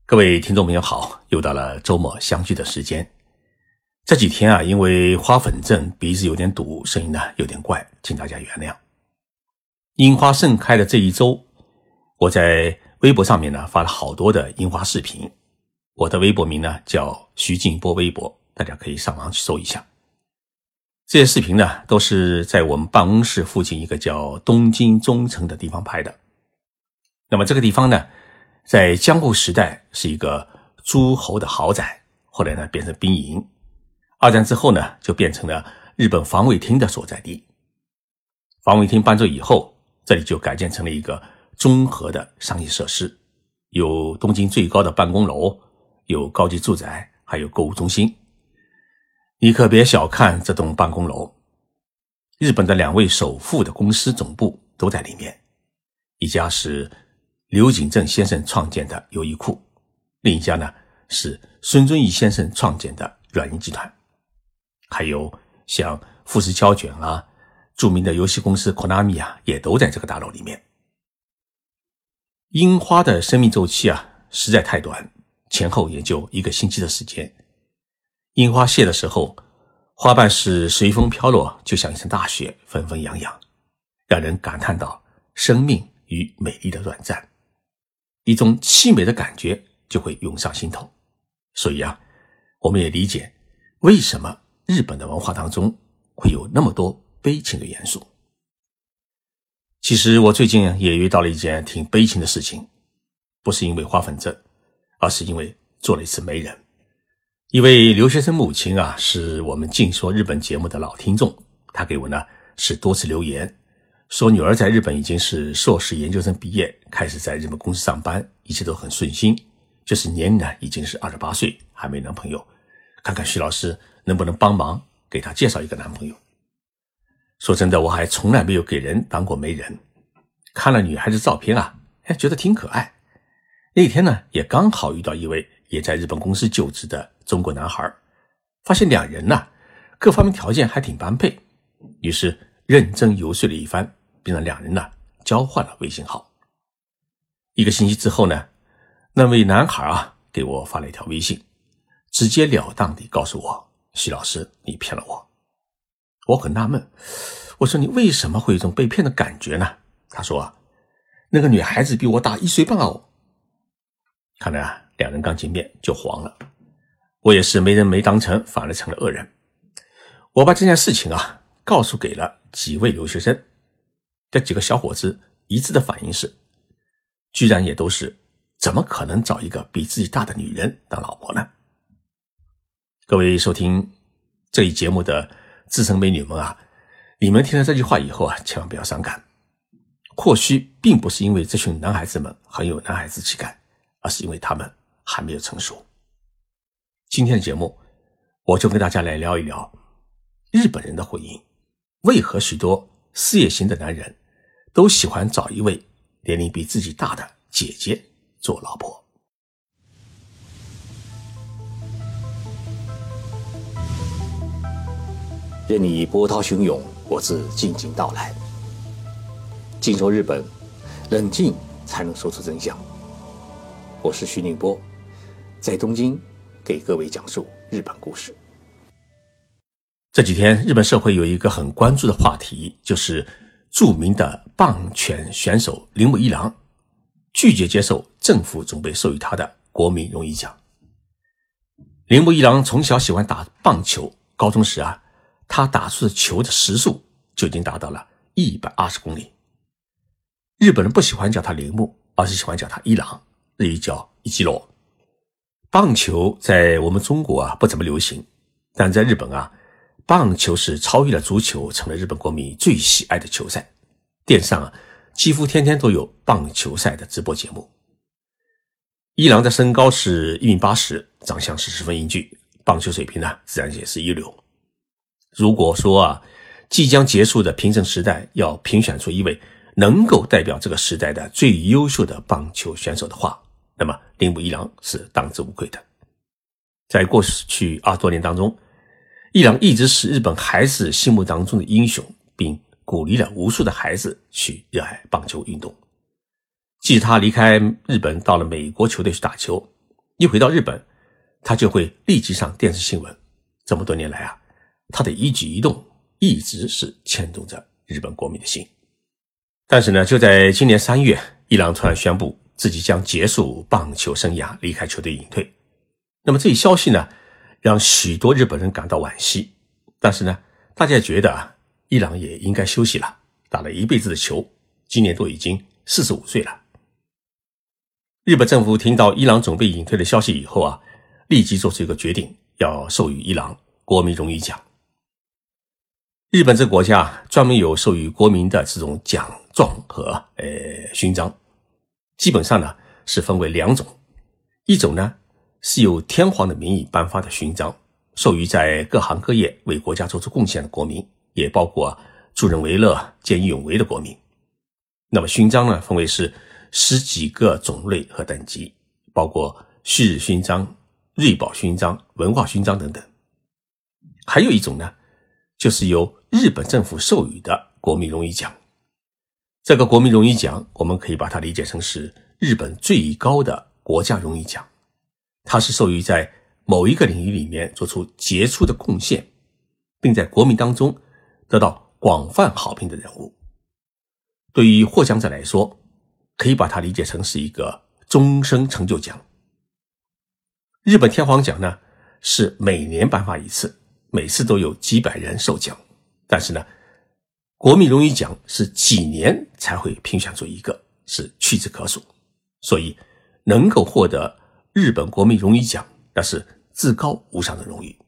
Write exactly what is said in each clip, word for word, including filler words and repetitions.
各位听众朋友好，又到了周末相聚的时间。这几天啊，因为花粉症，鼻子有点堵，声音呢有点怪，请大家原谅。樱花盛开的这一周，我在微博上面呢发了好多的樱花视频。我的微博名呢叫徐静波微博，大家可以上网去搜一下。这些视频呢都是在我们办公室附近一个叫东京中城的地方拍的。那么这个地方呢，在江户时代是一个诸侯的豪宅，后来呢变成兵营。二战之后呢，就变成了日本防卫厅的所在地。防卫厅搬走以后，这里就改建成了一个综合的商业设施，有东京最高的办公楼，有高级住宅，还有购物中心。你可别小看这栋办公楼，日本的两位首富的公司总部都在里面，一家是刘景正先生创建的优衣库，另一家呢是孙正义先生创建的软银集团，还有像富士胶卷啊，著名的游戏公司 Konami 啊，也都在这个大楼里面。樱花的生命周期啊实在太短，前后也就一个星期的时间。樱花谢的时候，花瓣是随风飘落，就像一场大雪，纷纷扬扬，让人感叹到生命与美丽的短暂，一种凄美的感觉就会涌上心头。所以啊，我们也理解为什么日本的文化当中会有那么多悲情的元素。其实我最近也遇到了一件挺悲情的事情，不是因为花粉症，而是因为做了一次媒人。一位留学生母亲啊，是我们静说日本节目的老听众，她给我呢是多次留言，说女儿在日本已经是硕士研究生毕业，开始在日本公司上班，一切都很顺心，就是年龄呢已经是二十八岁，还没男朋友，看看徐老师能不能帮忙给她介绍一个男朋友。说真的，我还从来没有给人当过媒人，看了女孩子照片啊，哎，觉得挺可爱。那天呢也刚好遇到一位也在日本公司就职的中国男孩，发现两人呢各方面条件还挺般配，于是认真游说了一番，并让两人呢交换了微信号。一个星期之后呢，那位男孩啊给我发了一条微信，直截了当地告诉我，徐老师，你骗了我。我很纳闷，我说你为什么会有一种被骗的感觉呢？他说啊，那个女孩子比我大一岁半哦。看来啊，两人刚见面就黄了。我也是没人没当成，反而成了恶人。我把这件事情啊告诉给了几位留学生，这几个小伙子一致的反应是，居然也都是怎么可能找一个比自己大的女人当老婆呢？各位收听这一节目的资深美女们啊，你们听了这句话以后啊，千万不要伤感。或许并不是因为这群男孩子们很有男孩子气概，而是因为他们还没有成熟。今天的节目，我就跟大家来聊一聊日本人的婚姻，为何许多事业型的男人都喜欢找一位年龄比自己大的姐姐做老婆。 任你波涛汹涌，我自静静到来。静说日本，冷静才能说出真相。我是徐宁波，在东京给各位讲述日本故事。 这几天日本社会有一个很关注的话题，就是著名的棒球选手铃木一郎拒绝接受政府准备授予他的国民荣誉奖。铃木一郎从小喜欢打棒球，高中时啊，他打出的球的时速就已经达到了一百二十公里。日本人不喜欢叫他铃木，而是喜欢叫他一郎，日语叫一基罗。棒球在我们中国啊不怎么流行，但在日本啊，棒球是超越了足球，成了日本国民最喜爱的球赛。电视上啊几乎天天都有棒球赛的直播节目。一郎的身高是一米八十，长相是十分英俊，棒球水平呢自然也是一流。如果说啊即将结束的平成时代要评选出一位能够代表这个时代的最优秀的棒球选手的话，那么铃木一郎是当之无愧的。在过去二十多年当中，一郎一直是日本孩子心目当中的英雄，并鼓励了无数的孩子去热爱棒球运动。即使他离开日本到了美国球队去打球， 一回到日本，他就会立即上电视新闻。这么多年来啊，他的一举一动一直是牵动着日本国民的心。但是呢，就在今年三月，伊朗突然宣布自己将结束棒球生涯，离开球队隐退。那么这一消息呢，让许多日本人感到惋惜。但是呢，大家觉得啊，伊朗也应该休息了，打了一辈子的球，今年都已经四十五岁了。日本政府听到伊朗准备隐退的消息以后啊，立即做出一个决定，要授予伊朗国民荣誉奖。日本这个国家专门有授予国民的这种奖状和呃勋章，基本上呢是分为两种，一种呢是由天皇的名义颁发的勋章，授予在各行各业为国家做出贡献的国民，也包括助人为乐、见义勇为的国民。那么勋章呢，分为是十几个种类和等级，包括旭日勋章、瑞宝勋章、文化勋章等等。还有一种呢，就是由日本政府授予的国民荣誉奖。这个国民荣誉奖，我们可以把它理解成是日本最高的国家荣誉奖，它是授予在某一个领域里面做出杰出的贡献，并在国民当中得到广泛好评的人物。对于获奖者来说，可以把它理解成是一个终身成就奖。日本天皇奖呢，是每年颁发一次，每次都有几百人受奖。但是呢，国民荣誉奖是几年才会评选出一个，是屈指可数。所以能够获得日本国民荣誉奖，那是至高无上的荣誉。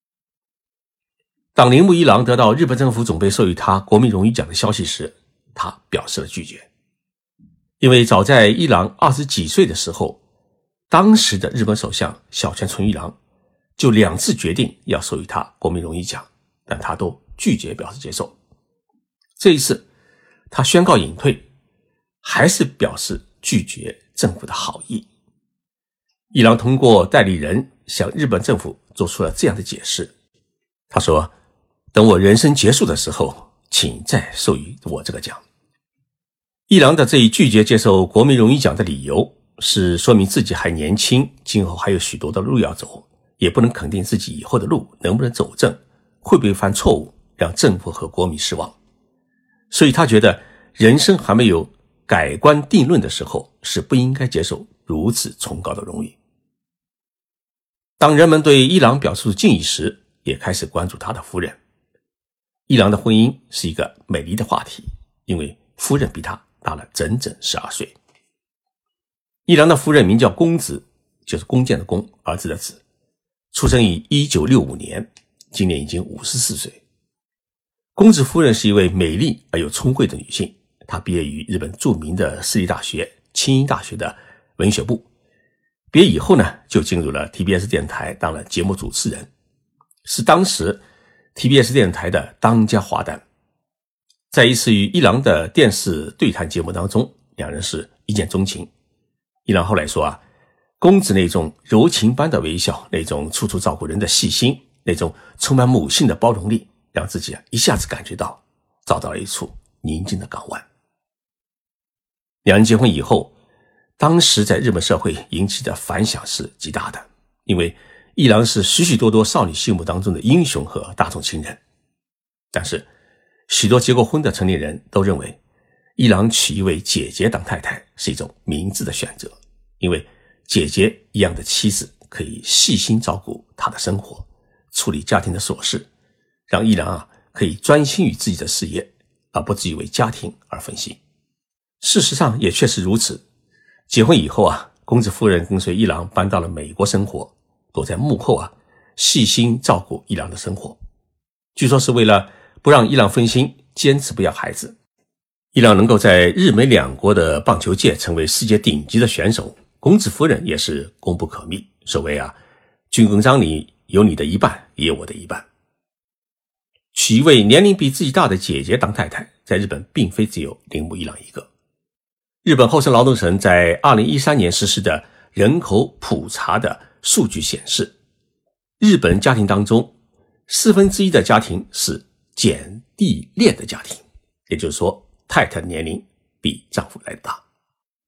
当铃木一郎得到日本政府准备授予他国民荣誉奖的消息时，他表示了拒绝。因为早在一郎二十几岁的时候，当时的日本首相小泉纯一郎就两次决定要授予他国民荣誉奖，但他都拒绝表示接受。这一次他宣告隐退，还是表示拒绝政府的好意。一郎通过代理人向日本政府做出了这样的解释，他说，等我人生结束的时候，请再授予我这个奖。一郎的这一拒绝接受国民荣誉奖的理由是说明自己还年轻，今后还有许多的路要走，也不能肯定自己以后的路能不能走正，会不会犯错误，让政府和国民失望。所以他觉得人生还没有改观定论的时候，是不应该接受如此崇高的荣誉。当人们对一郎表示敬意时，也开始关注他的夫人。一郎的婚姻是一个美丽的话题，因为夫人比他大了整整十二岁。一郎的夫人名叫公子，就是弓箭的弓，儿子的子，出生于一九六五年，今年已经五十四岁。公子夫人是一位美丽而又聪慧的女性，她毕业于日本著名的私立大学清英大学的文学部。毕业以后呢，就进入了 T B S 电台当了节目主持人，是当时 T B S 电台的当家花旦。在一次与一郎的电视对谈节目当中，两人是一见钟情。一郎后来说啊，公子那种柔情般的微笑，那种处处照顾人的细心，那种充满母性的包容力，让自己啊一下子感觉到找到了一处宁静的港湾。两人结婚以后，当时在日本社会引起的反响是极大的，因为一郎是许许多多少女心目当中的英雄和大众情人。但是许多结过婚的成年人都认为，一郎娶一位姐姐当太太是一种明智的选择，因为姐姐一样的妻子可以细心照顾他的生活，处理家庭的琐事，让一郎啊可以专心于自己的事业，而不至于为家庭而分心。事实上也确实如此，结婚以后啊，公子夫人跟随一郎搬到了美国生活，躲在幕后啊细心照顾一郎的生活。据说是为了不让一郎分心，坚持不要孩子。一郎能够在日美两国的棒球界成为世界顶级的选手，公子夫人也是功不可没。所谓啊，军功章里有你的一半，也有我的一半。娶一位年龄比自己大的姐姐当太太，在日本并非只有铃木一郎一个。日本厚生劳动省在二零一三年实施的人口普查的数据显示，日本家庭当中四分之一的家庭是姐弟恋的家庭，也就是说太太的年龄比丈夫来得大。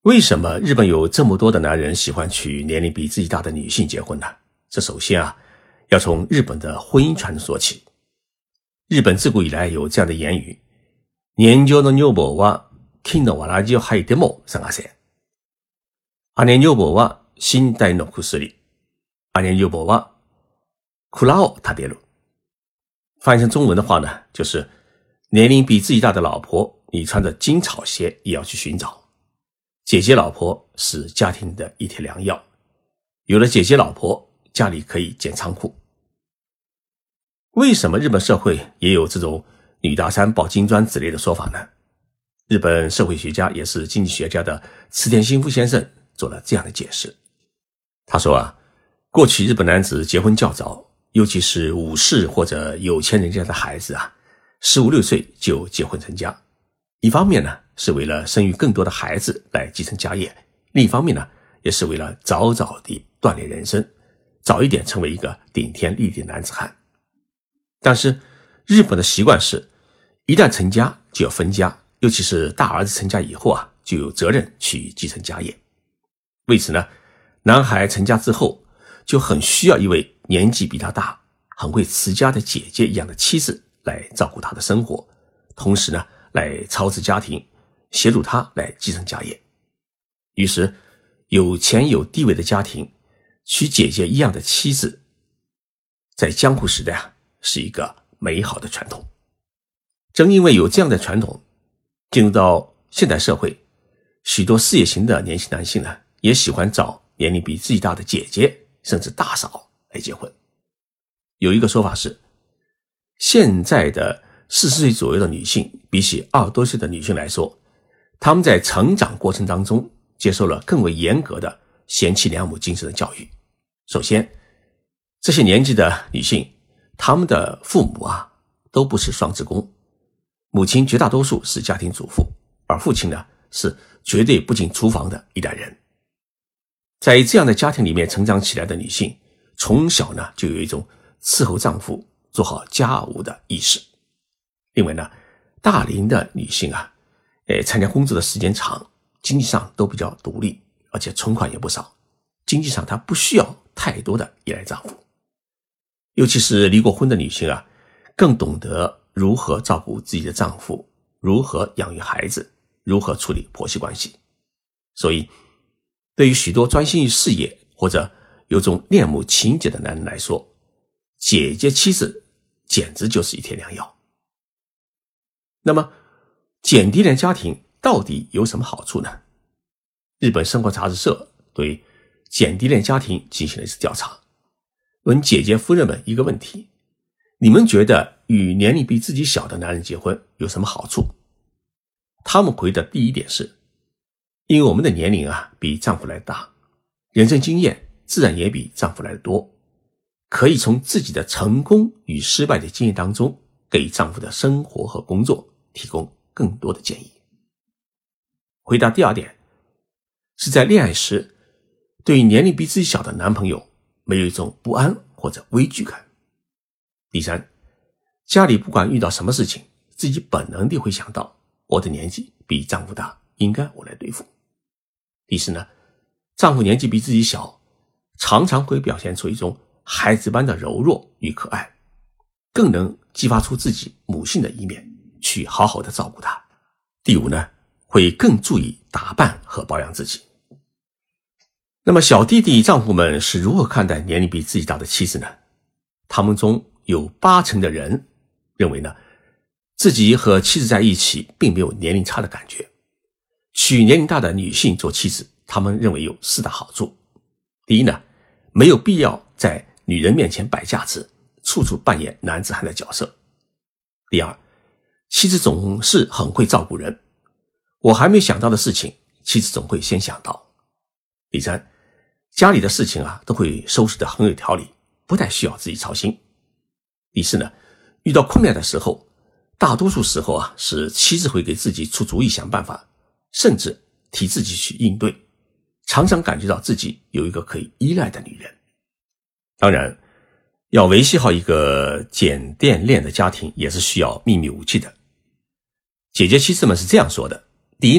为什么日本有这么多的男人喜欢娶年龄比自己大的女性结婚呢？这首先啊，要从日本的婚姻传统说起。日本自古以来有这样的言语：年長の女房は金のわらじを履いても探せ。姉女房は身体の薬。姉女房は蔵を立てる。翻译成中文的话呢，就是年龄比自己大的老婆，你穿着金草鞋也要去寻找。姐姐老婆是家庭的一帖良药，有了姐姐老婆，家里可以建仓库。为什么日本社会也有这种女大三抱金砖之类的说法呢？日本社会学家也是经济学家的池田信夫先生做了这样的解释。他说啊，过去日本男子结婚较早，尤其是武士或者有钱人家的孩子啊，十五六岁就结婚成家。一方面呢，是为了生育更多的孩子来继承家业；另一方面呢，也是为了早早地锻炼人生，早一点成为一个顶天立地的男子汉。但是日本的习惯是，一旦成家就要分家，尤其是大儿子成家以后啊，就有责任去继承家业。为此呢，男孩成家之后就很需要一位年纪比他大、很会持家的姐姐一样的妻子来照顾他的生活，同时呢，来操持家庭，协助他来继承家业。于是有钱有地位的家庭娶姐姐一样的妻子，在江户时代啊，是一个美好的传统。正因为有这样的传统，进入到现代社会，许多事业型的年轻男性呢，也喜欢找年龄比自己大的姐姐甚至大嫂来结婚。有一个说法是，现在的四十岁左右的女性比起二十多岁的女性来说，她们在成长过程当中接受了更为严格的贤妻良母精神的教育。首先，这些年纪的女性，她们的父母啊都不是双职工，母亲绝大多数是家庭主妇，而父亲呢是绝对不进厨房的一代人。在这样的家庭里面成长起来的女性，从小呢就有一种伺候丈夫、做好家务的意识。另外呢，大龄的女性啊，呃，参加工作的时间长，经济上都比较独立，而且存款也不少，经济上她不需要太多的依赖丈夫。尤其是离过婚的女性啊，更懂得如何照顾自己的丈夫，如何养育孩子，如何处理婆媳关系。所以对于许多专心于事业或者有种恋母情结的男人来说，姐姐妻子简直就是一帖良药。那么姐弟恋家庭到底有什么好处呢？日本生活杂志社对姐弟恋家庭进行了一次调查，问姐姐夫人们一个问题：你们觉得与年龄比自己小的男人结婚有什么好处？他们回的第一点是，因为我们的年龄啊比丈夫来大，人生经验自然也比丈夫来得多，可以从自己的成功与失败的经验当中，给丈夫的生活和工作提供更多的建议。回答第二点，是在恋爱时，对于年龄比自己小的男朋友没有一种不安或者畏惧感。第三，家里不管遇到什么事情，自己本能地会想到，我的年纪比丈夫大，应该我来对付。第四呢，丈夫年纪比自己小，常常会表现出一种孩子般的柔弱与可爱，更能激发出自己母性的一面，去好好的照顾他。第五呢，会更注意打扮和保养自己。那么小弟弟丈夫们是如何看待年龄比自己大的妻子呢？他们中有八成的人认为呢，自己和妻子在一起并没有年龄差的感觉。娶年龄大的女性做妻子，他们认为有四大好处。第一呢，没有必要在女人面前摆架子，处处扮演男子汉的角色。第二，妻子总是很会照顾人，我还没想到的事情，妻子总会先想到。第三，家里的事情啊都会收拾得很有条理，不太需要自己操心。第四呢，遇到困难的时候，大多数时候啊是妻子会给自己出主意想办法，甚至替自己去应对，常常感觉到自己有一个可以依赖的女人。当然，要维系好一个简电恋的家庭也是需要秘密武器的。姐姐妻子们是这样说的：第一呢，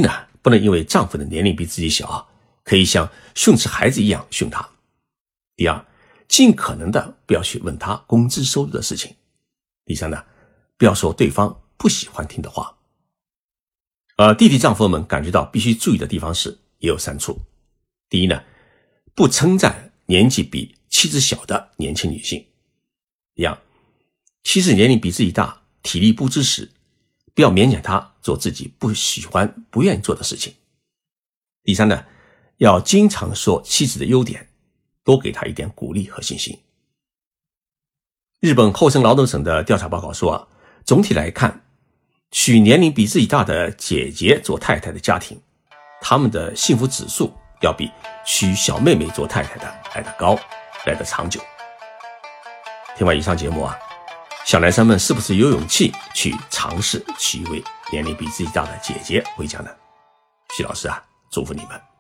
不能因为丈夫的年龄比自己小，可以像训斥孩子一样训他。第二，尽可能的不要去问他工资收入的事情。第三呢，不要说对方不喜欢听的话。而弟弟丈夫们感觉到必须注意的地方是也有三处。第一呢，不称赞年纪比妻子小的年轻女性。第二，妻子年龄比自己大，体力不支时，不要勉强她做自己不喜欢不愿意做的事情。第三呢，要经常说妻子的优点，多给她一点鼓励和信心。日本厚生劳动省的调查报告说啊，总体来看，娶年龄比自己大的姐姐做太太的家庭，他们的幸福指数要比娶小妹妹做太太的来得高，来得长久。听完以上节目啊，小男生们是不是有勇气去尝试娶一位年龄比自己大的姐姐回家呢？徐老师啊，祝福你们。